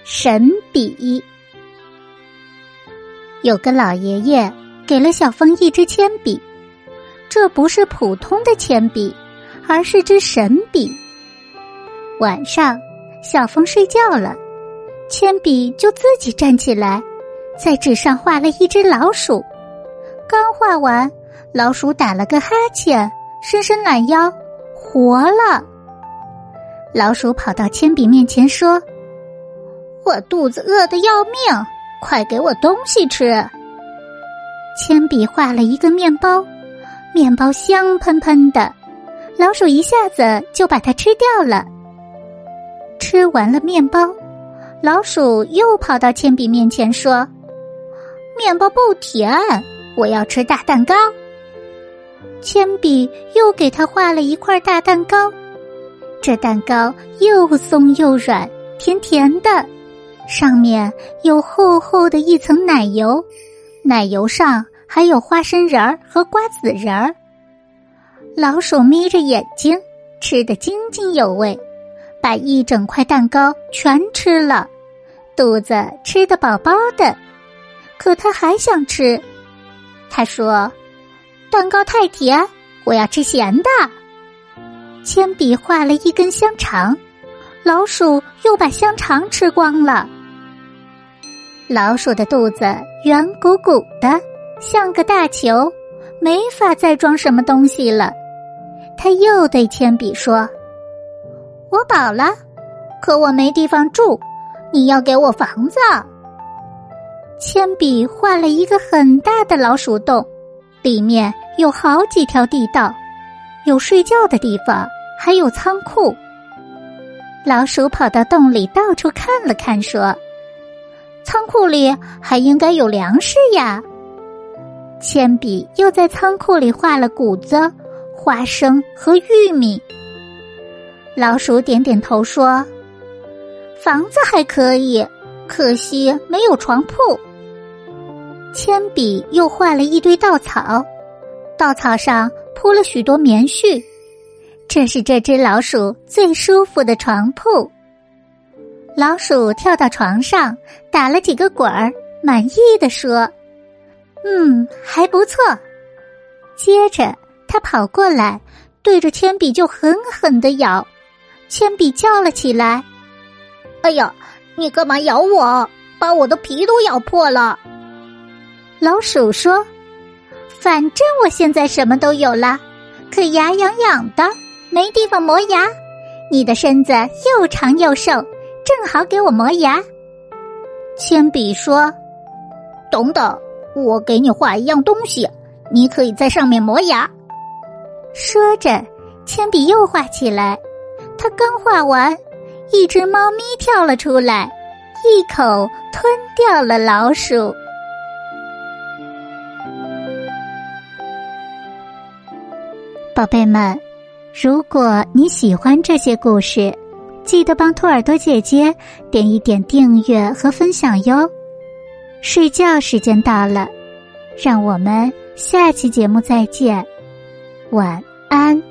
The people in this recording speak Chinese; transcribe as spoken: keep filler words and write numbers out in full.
神笔。有个老爷爷给了小风一支铅笔，这不是普通的铅笔，而是支神笔。晚上，小风睡觉了，铅笔就自己站起来，在纸上画了一只老鼠。刚画完，老鼠打了个哈欠，伸伸懒腰，活了。老鼠跑到铅笔面前说：“我肚子饿得要命，快给我东西吃。”铅笔画了一个面包，面包香喷喷的，老鼠一下子就把它吃掉了。吃完了面包，老鼠又跑到铅笔面前说：“面包不甜，我要吃大蛋糕。”铅笔又给它画了一块大蛋糕，这蛋糕又松又软，甜甜的，上面有厚厚的一层奶油，奶油上还有花生仁儿和瓜子仁儿。老鼠眯着眼睛，吃得津津有味，把一整块蛋糕全吃了，肚子吃得饱饱的。可他还想吃，他说：“蛋糕太甜，我要吃咸的。”铅笔画了一根香肠，老鼠又把香肠吃光了。老鼠的肚子圆鼓鼓的，像个大球，没法再装什么东西了。他又对铅笔说：“我饱了，可我没地方住，你要给我房子。”铅笔画了一个很大的老鼠洞，里面有好几条地道，有睡觉的地方，还有仓库。老鼠跑到洞里到处看了看，说：“仓库里还应该有粮食呀。”铅笔又在仓库里画了谷子、花生和玉米。老鼠点点头说：“房子还可以，可惜没有床铺。”铅笔又画了一堆稻草，稻草上铺了许多棉絮，这是这只老鼠最舒服的床铺。老鼠跳到床上，打了几个滚儿，满意地说：“嗯，还不错。”接着他跑过来，对着铅笔就狠狠地咬。铅笔叫了起来：“哎呀，你干嘛咬我？把我的皮都咬破了。”老鼠说：“反正我现在什么都有了，可牙痒痒的，没地方磨牙。你的身子又长又瘦，正好给我磨牙。”铅笔说：“等等，我给你画一样东西，你可以在上面磨牙。”说着，铅笔又画起来。他刚画完，一只猫咪跳了出来，一口吞掉了老鼠。宝贝们，如果你喜欢这些故事，记得帮兔耳朵姐姐点一点订阅和分享哟。睡觉时间到了，让我们下期节目再见，晚安。